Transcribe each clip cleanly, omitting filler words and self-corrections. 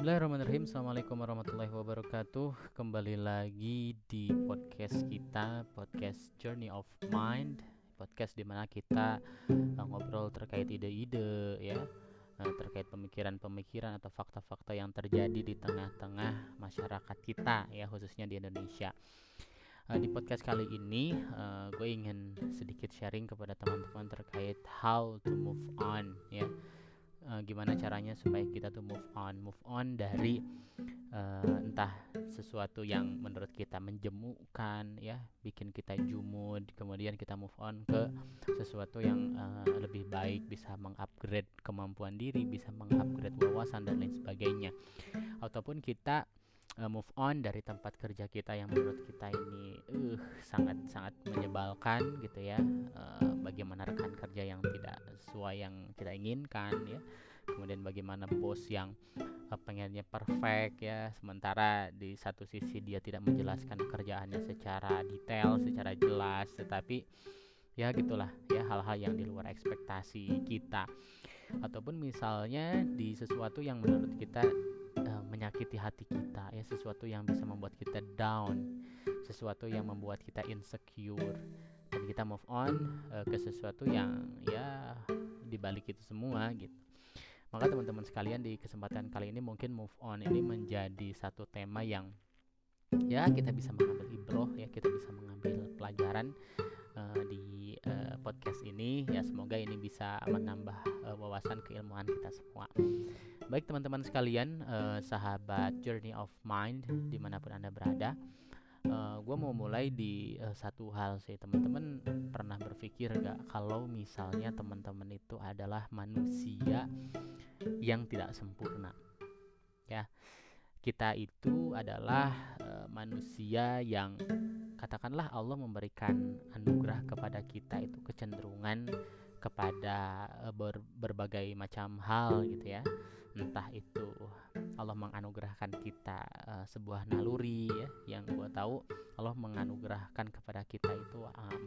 Bismillahirrahmanirrahim. Assalamualaikum warahmatullahi wabarakatuh. Kembali lagi di podcast kita, podcast Journey of Mind. Podcast di mana kita ngobrol terkait ide-ide ya, terkait pemikiran-pemikiran atau fakta-fakta yang terjadi di tengah-tengah masyarakat kita ya, khususnya di Indonesia. Di podcast kali ini gue ingin sedikit sharing kepada teman-teman terkait how to move on ya. Gimana caranya supaya kita tuh move on dari entah sesuatu yang menurut kita menjemukan ya, bikin kita jumud, kemudian kita move on ke sesuatu yang lebih baik, bisa mengupgrade kemampuan diri, bisa mengupgrade wawasan dan lain sebagainya, ataupun kita move on dari tempat kerja kita yang menurut kita ini sangat-sangat menyebalkan gitu ya. Bagaimana rekan kerja yang tidak sesuai yang kita inginkan ya, kemudian bagaimana bos yang pengennya perfect ya, sementara di satu sisi dia tidak menjelaskan kerjaannya secara detail, secara jelas, tetapi ya gitulah ya, hal-hal yang di luar ekspektasi kita. Ataupun misalnya di sesuatu yang menurut kita menyakiti hati kita ya, sesuatu yang bisa membuat kita down, sesuatu yang membuat kita insecure, dan kita move on ke sesuatu yang ya dibalik itu semua gitu. Maka teman-teman sekalian, di kesempatan kali ini mungkin move on ini menjadi satu tema yang ya kita bisa mengambil ibroh ya, kita bisa mengambil pelajaran di podcast ini ya. Semoga ini bisa menambah wawasan keilmuan kita semua. Baik teman-teman sekalian, sahabat Journey of Mind dimanapun Anda berada, gue mau mulai di satu hal sih. Teman-teman pernah berpikir gak kalau misalnya teman-teman itu adalah manusia yang tidak sempurna ya? Kita itu adalah manusia yang katakanlah Allah memberikan anugerah kepada kita itu kecenderungan kepada berbagai macam hal gitu ya. Entah itu Allah menganugerahkan kita sebuah naluri ya, yang gue tahu Allah menganugerahkan kepada kita itu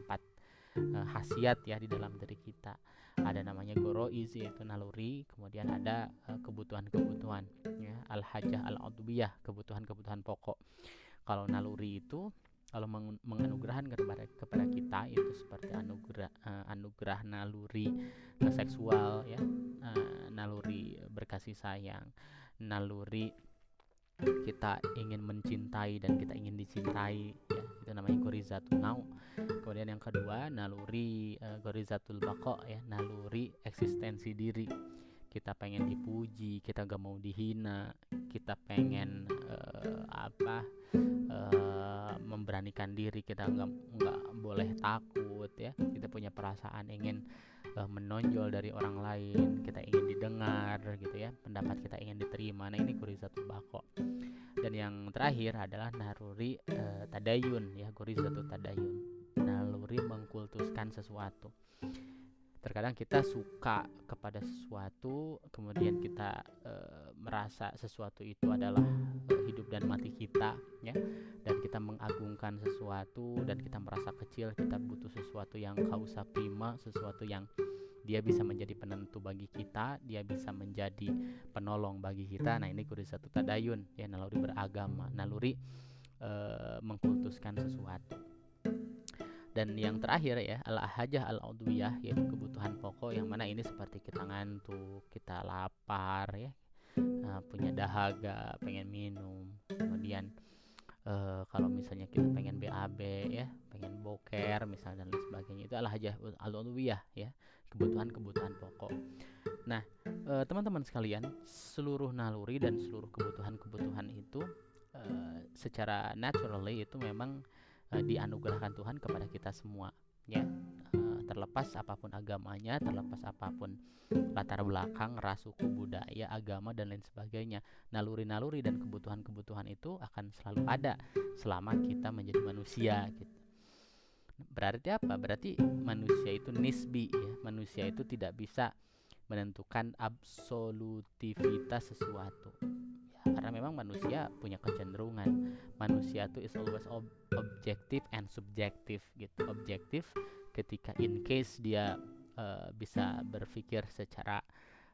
4 khasiat ya di dalam diri kita. Ada namanya goroiz, yaitu naluri, kemudian ada kebutuhan-kebutuhan ya, al-hajah al-udwiyah, kebutuhan-kebutuhan pokok. Kalau naluri itu kalau menganugerahkan kepada kita itu seperti anugerah naluri seksual ya, naluri berkasih sayang, naluri kita ingin mencintai dan kita ingin dicintai ya, itu namanya gorizatul nau. Kemudian yang kedua naluri gorizatul baqo ya, naluri eksistensi diri. Kita pengen dipuji, kita gak mau dihina, kita pengen memberanikan diri, kita nggak boleh takut ya, kita punya perasaan ingin menonjol dari orang lain, kita ingin didengar gitu ya, pendapat kita ingin diterima. Nah ini gorizatul baqo. Dan yang terakhir adalah naluri tadayun ya, gorizatul tadayun, naluri mengkultuskan sesuatu. Terkadang kita suka kepada sesuatu, kemudian kita merasa sesuatu itu adalah hidup dan mati kita ya, dan kita mengagungkan sesuatu, dan kita merasa kecil, kita butuh sesuatu yang kausa prima, sesuatu yang dia bisa menjadi penentu bagi kita, dia bisa menjadi penolong bagi kita. Nah ini satu tadayun ya, naluri beragama, naluri mengkultuskan sesuatu. Dan yang terakhir ya, al-hajah al-udwiyah, yaitu kebutuhan pokok, yang mana ini seperti kita ngantuk, kita lapar ya, punya dahaga, pengen minum. Kemudian kalau misalnya kita pengen BAB ya, pengen boker misalnya dan lain sebagainya, itu al-hajah al-udwiyah ya, kebutuhan-kebutuhan pokok. Nah teman-teman sekalian, seluruh naluri dan seluruh kebutuhan-kebutuhan itu secara naturally itu memang dianugerahkan Tuhan kepada kita semua ya, terlepas apapun agamanya, terlepas apapun latar belakang, ras, suku, budaya, agama dan lain sebagainya, naluri-naluri dan kebutuhan-kebutuhan itu akan selalu ada selama kita menjadi manusia gitu. Berarti apa? Berarti manusia itu nisbi ya, manusia itu tidak bisa menentukan absolutivitas sesuatu ya, karena memang manusia punya kecenderungan. Manusia itu is always objektif and subjektif gitu. Objektif ketika in case dia bisa berpikir secara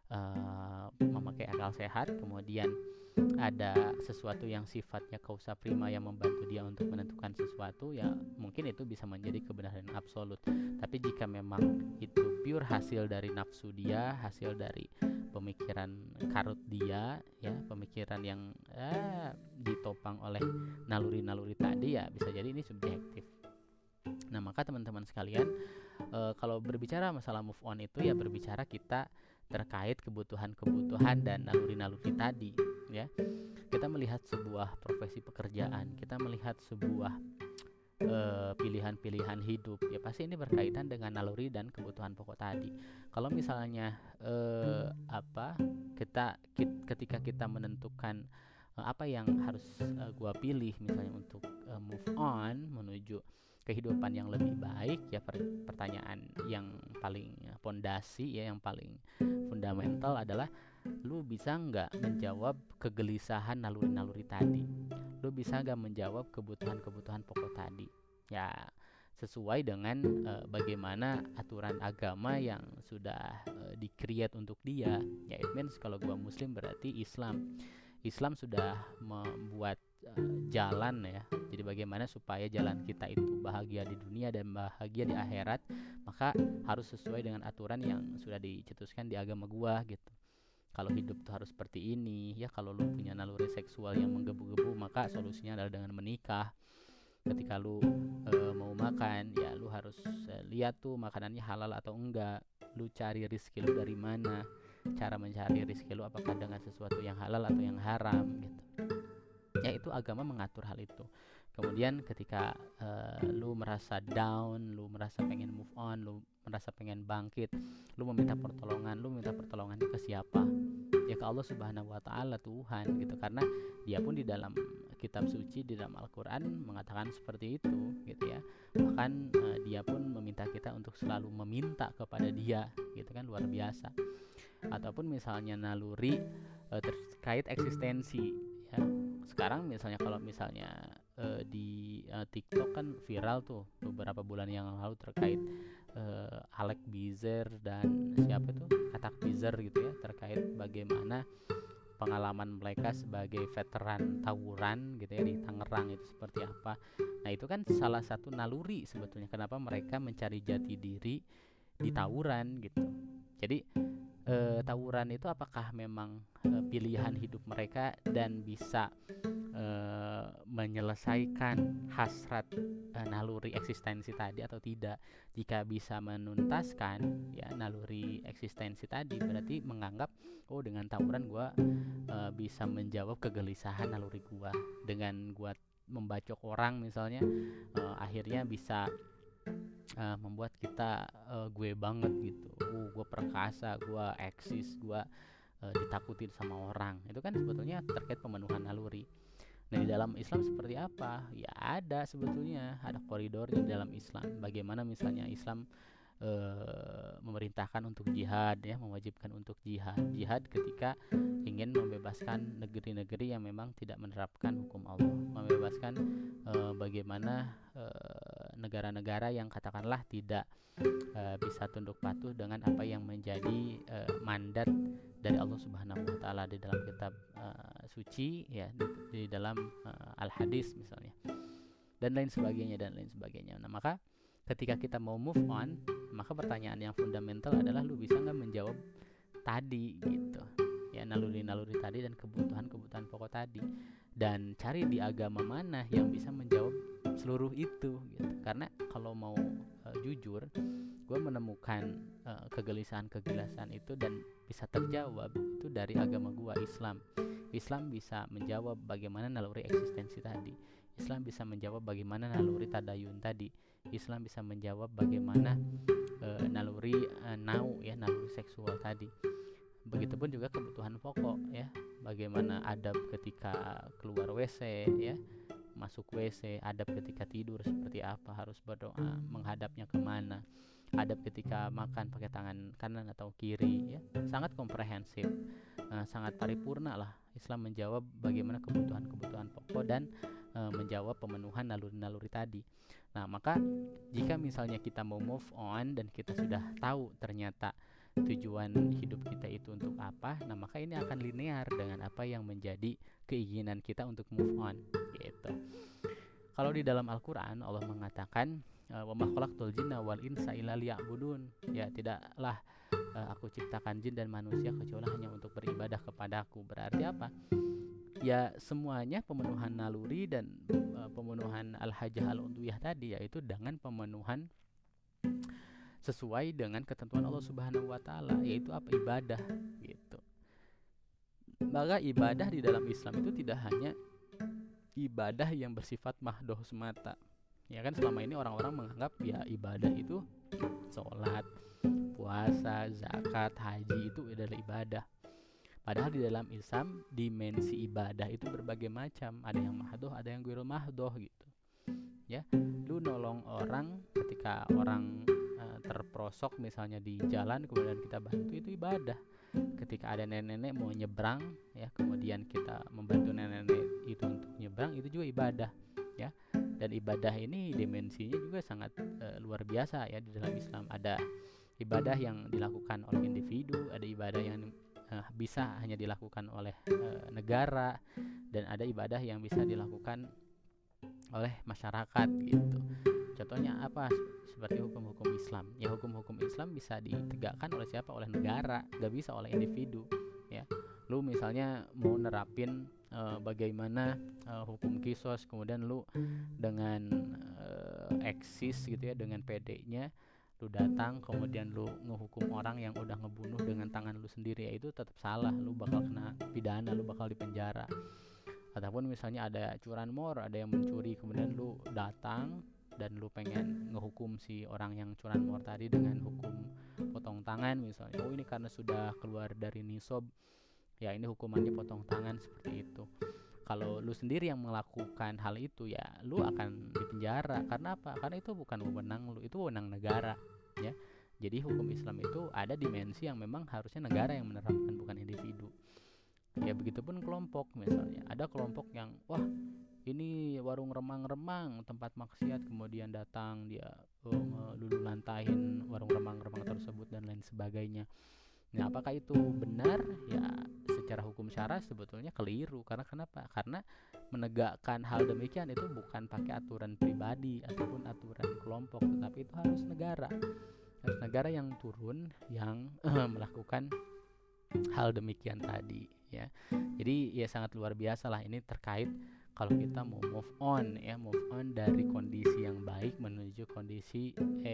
memakai akal sehat, kemudian ada sesuatu yang sifatnya causa prima yang membantu dia untuk menentukan sesuatu, ya mungkin itu bisa menjadi kebenaran absolut. Tapi jika memang itu pure hasil dari nafsu dia, hasil dari pemikiran karut dia, ya pemikiran yang ditopang oleh naluri-naluri tadi, ya bisa jadi ini subjektif. Nah, maka teman-teman sekalian, kalau berbicara masalah move on itu ya berbicara kita terkait kebutuhan-kebutuhan dan naluri-naluri tadi, ya. Kita melihat sebuah profesi pekerjaan, kita melihat sebuah pilihan-pilihan hidup, ya pasti ini berkaitan dengan naluri dan kebutuhan pokok tadi. Kalau misalnya ketika kita menentukan apa yang harus gua pilih, misalnya untuk move on menuju kehidupan yang lebih baik, ya pertanyaan yang paling pondasi, ya yang paling fundamental adalah lu bisa nggak menjawab kegelisahan naluri-naluri tadi, lu bisa nggak menjawab kebutuhan-kebutuhan pokok tadi, ya sesuai dengan bagaimana aturan agama yang sudah di-create untuk dia. Ya it means kalau gua muslim berarti Islam sudah membuat jalan, ya. Jadi bagaimana supaya jalan kita itu bahagia di dunia dan bahagia di akhirat, maka harus sesuai dengan aturan yang sudah dicetuskan di agama gua gitu. Kalau hidup tuh harus seperti ini, ya kalau lu punya naluri seksual yang menggebu-gebu, maka solusinya adalah dengan menikah. Ketika lu mau makan, ya lu harus lihat tuh makanannya halal atau enggak. Lu cari rezeki lu dari mana, cara mencari rezeki lu apakah dengan sesuatu yang halal atau yang haram gitu. Ya itu agama mengatur hal itu. Kemudian ketika lu merasa down, lu merasa pengen move on, lu merasa pengen bangkit, lu minta pertolongannya ke siapa? Ya ke Allah Subhanahu wa taala, Tuhan gitu. Karena dia pun di dalam kitab suci, di dalam Al-Qur'an mengatakan seperti itu gitu ya. Bahkan dia pun meminta kita untuk selalu meminta kepada dia gitu kan, luar biasa. Ataupun misalnya naluri terkait eksistensi, ya. Sekarang misalnya kalau misalnya di TikTok kan viral tuh beberapa bulan yang lalu terkait Alex Bizer dan siapa tuh Atak Bizer gitu ya, terkait bagaimana pengalaman mereka sebagai veteran tawuran gitu ya di Tangerang itu seperti apa. Nah itu kan salah satu naluri sebetulnya kenapa mereka mencari jati diri di tawuran gitu. Jadi tawuran itu apakah memang pilihan hidup mereka dan bisa menyelesaikan hasrat naluri eksistensi tadi atau tidak? Jika bisa menuntaskan ya naluri eksistensi tadi, berarti menganggap oh dengan tawuran gue bisa menjawab kegelisahan naluri gue. Dengan gue membacok orang misalnya, akhirnya bisa membuat kita gue banget gitu. Gue perkasa, gue eksis, gue ditakutin sama orang. Itu kan sebetulnya terkait pemenuhan naluri. Nah di dalam Islam seperti apa? Ya ada sebetulnya, ada koridornya di dalam Islam. Bagaimana misalnya Islam memerintahkan untuk jihad, ya mewajibkan untuk jihad ketika ingin membebaskan negeri-negeri yang memang tidak menerapkan hukum Allah, membebaskan bagaimana negara-negara yang katakanlah tidak bisa tunduk patuh dengan apa yang menjadi mandat dari Allah Subhanahu wa taala di dalam kitab suci, ya di dalam Al-Hadis misalnya, dan lain sebagainya. Nah maka ketika kita mau move on, maka pertanyaan yang fundamental adalah lu bisa nggak menjawab tadi gitu ya, naluri-naluri tadi dan kebutuhan-kebutuhan pokok tadi, dan cari di agama mana yang bisa menjawab seluruh itu gitu. Karena kalau mau jujur, gue menemukan kegelisahan itu dan bisa terjawab itu dari agama gue, Islam. Islam bisa menjawab bagaimana naluri eksistensi tadi. Islam bisa menjawab bagaimana naluri tadayun tadi. Islam bisa menjawab bagaimana naluri naluri seksual tadi. Begitupun juga kebutuhan pokok ya. Bagaimana adab ketika keluar WC ya, masuk WC, adab ketika tidur seperti apa, harus berdoa, menghadapnya kemana, adab ketika makan pakai tangan kanan atau kiri ya. Sangat komprehensif, sangat paripurna lah Islam menjawab bagaimana kebutuhan-kebutuhan pokok dan menjawab pemenuhan naluri-naluri tadi. Nah maka jika misalnya kita mau move on dan kita sudah tahu ternyata tujuan hidup kita itu untuk apa, nah maka ini akan linear dengan apa yang menjadi keinginan kita untuk move on gitu. Kalau di dalam Al-Quran Allah mengatakan wa ma khalaqtul jinna wal insa illa liya'budun, ya tidaklah aku ciptakan jin dan manusia kecuali hanya untuk beribadah kepadaku. Berarti apa? Ya semuanya pemenuhan naluri dan pemenuhan al-hajah al-udwiyah tadi, yaitu dengan pemenuhan sesuai dengan ketentuan Allah Subhanahu wa taala, yaitu apa? Ibadah gitu. Maka ibadah di dalam Islam itu tidak hanya ibadah yang bersifat mahdoh semata. Ya kan selama ini orang-orang menganggap ya ibadah itu sholat, puasa, zakat, haji itu adalah ibadah. Padahal di dalam Islam dimensi ibadah itu berbagai macam. Ada yang mahdoh, ada yang ghairul mahdoh gitu. Ya, lu nolong orang ketika orang terprosok misalnya di jalan, kemudian kita bantu, itu ibadah. Ketika ada nenek-nenek mau nyebrang, ya kemudian kita membantu nenek-nenek itu untuk nyebrang, itu juga ibadah. Ya, dan ibadah ini dimensinya juga sangat luar biasa ya di dalam Islam. Ada ibadah yang dilakukan oleh individu, ada ibadah yang bisa hanya dilakukan oleh negara, dan ada ibadah yang bisa dilakukan oleh masyarakat gitu. Contohnya apa? Seperti hukum-hukum Islam. Ya hukum-hukum Islam bisa ditegakkan oleh siapa? Oleh negara, gak bisa oleh individu. Ya, lu misalnya mau nerapin bagaimana hukum kisos, kemudian lu dengan eksis gitu ya, dengan PD-nya lu datang, kemudian lu ngehukum orang yang udah ngebunuh dengan tangan lu sendiri, ya itu tetap salah, lu bakal kena pidana, lu bakal dipenjara. Ataupun misalnya ada curanmor, ada yang mencuri, kemudian lu datang dan lu pengen ngehukum si orang yang curanmor tadi dengan hukum potong tangan misalnya. Oh ini karena sudah keluar dari nisob, ya ini hukumannya potong tangan, seperti itu. Kalau lu sendiri yang melakukan hal itu, ya lu akan dipenjara. Karena apa? Karena itu bukan wewenang lu, itu wewenang negara ya. Jadi hukum Islam itu ada dimensi yang memang harusnya negara yang menerapkan, bukan individu. Ya begitupun kelompok, misalnya ada kelompok yang wah ini warung remang-remang, tempat maksiat, kemudian datang dia lulu lantahin warung remang-remang tersebut dan lain sebagainya. Nah apakah itu benar? Ya secara hukum syara sebetulnya keliru. Karena kenapa? Karena menegakkan hal demikian itu bukan pakai aturan pribadi ataupun aturan kelompok, tetapi itu harus negara. Harus negara yang turun, yang melakukan hal demikian tadi ya. Jadi ya sangat luar biasa lah ini terkait kalau kita mau move on ya, move on dari kondisi yang baik menuju kondisi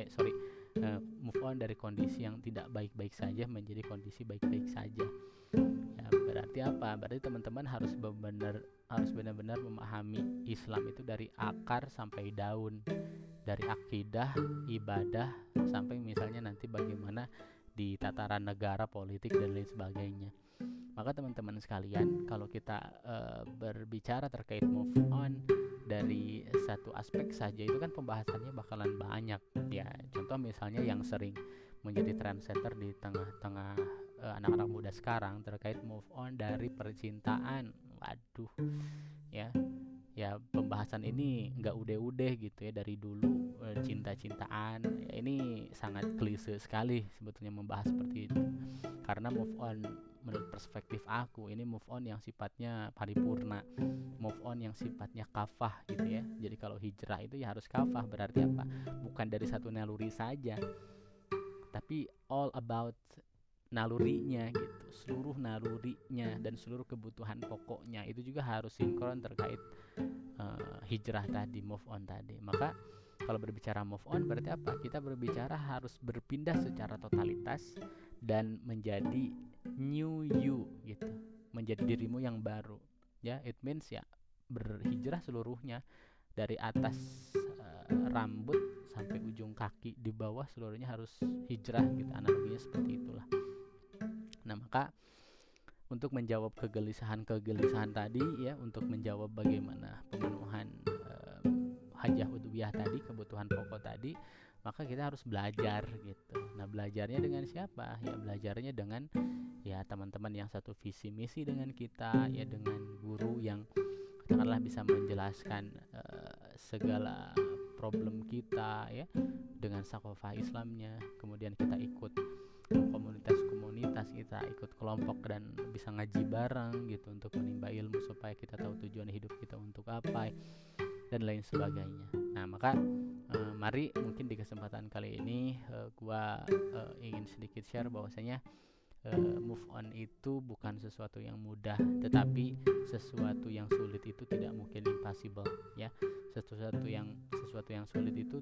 move on dari kondisi yang tidak baik-baik saja menjadi kondisi baik-baik saja. Ya, berarti apa? Berarti teman-teman harus benar-benar memahami Islam itu dari akar sampai daun, dari akidah, ibadah, sampai misalnya nanti bagaimana di tataran negara, politik dan lain sebagainya. Maka teman-teman sekalian, kalau kita berbicara terkait move on dari satu aspek saja, itu kan pembahasannya bakalan banyak ya. Contoh misalnya yang sering menjadi trendsetter di tengah-tengah anak-anak muda sekarang terkait move on dari percintaan. Waduh ya, ya pembahasan ini nggak udah-udah gitu ya, dari dulu cinta-cintaan ya, ini sangat klise sekali sebetulnya membahas seperti itu. Karena move on menurut perspektif aku ini move on yang sifatnya paripurna, move on yang sifatnya kafah gitu ya. Jadi kalau hijrah itu ya harus kafah, berarti apa? Bukan dari satu naluri saja, tapi all about nalurinya gitu, seluruh nalurinya dan seluruh kebutuhan pokoknya itu juga harus sinkron terkait hijrah tadi, move on tadi. Maka kalau berbicara move on berarti apa? Kita berbicara harus berpindah secara totalitas dan menjadi new you gitu, menjadi dirimu yang baru ya. It means ya berhijrah seluruhnya, dari atas rambut sampai ujung kaki di bawah seluruhnya harus hijrah gitu, analoginya seperti itulah. Nah maka untuk menjawab kegelisahan tadi ya, untuk menjawab bagaimana pemenuhan hajah udwiyah tadi, kebutuhan pokok tadi, maka kita harus belajar gitu. Nah belajarnya dengan siapa? Ya belajarnya dengan ya teman-teman yang satu visi misi dengan kita ya, dengan guru yang katakanlah bisa menjelaskan segala problem kita ya dengan sakofah Islamnya. Kemudian kita ikut komunitas kelompok dan bisa ngaji bareng gitu untuk menimba ilmu supaya kita tahu tujuan hidup kita untuk apa dan lain sebagainya. Nah, maka mari mungkin di kesempatan kali ini gua ingin sedikit share bahwasanya move on itu bukan sesuatu yang mudah, tetapi sesuatu yang sulit itu tidak mungkin impossible ya. Sesuatu yang sulit itu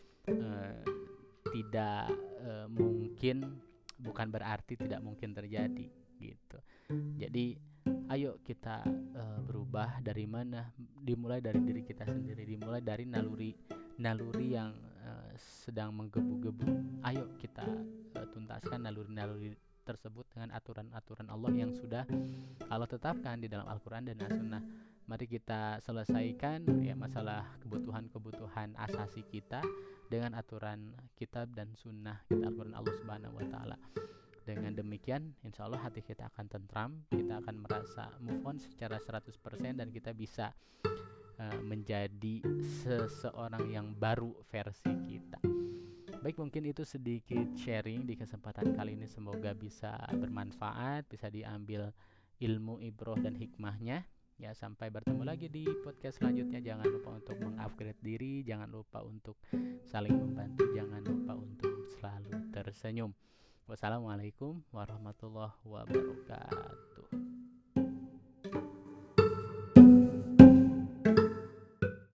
tidak mungkin, bukan berarti tidak mungkin terjadi gitu. Jadi ayo kita berubah. Dari mana? Dimulai dari diri kita sendiri, dimulai dari naluri yang sedang menggebu-gebu. Ayo kita tuntaskan naluri-naluri tersebut dengan aturan-aturan Allah yang sudah Allah tetapkan di dalam Al-Quran dan As-Sunnah. Mari kita selesaikan ya masalah kebutuhan-kebutuhan asasi kita dengan aturan kitab dan sunnah kita, Al-Quran Allah Subhanahu wa taala. Dengan demikian insya Allah hati kita akan tentram, kita akan merasa move on secara 100% dan kita bisa menjadi seseorang yang baru versi kita. Baik, mungkin itu sedikit sharing di kesempatan kali ini, semoga bisa bermanfaat, bisa diambil ilmu, ibroh dan hikmahnya. Ya, sampai bertemu lagi di podcast selanjutnya. Jangan lupa untuk mengupgrade diri, jangan lupa untuk saling membantu, jangan lupa untuk selalu tersenyum. Wassalamualaikum warahmatullahi wabarakatuh.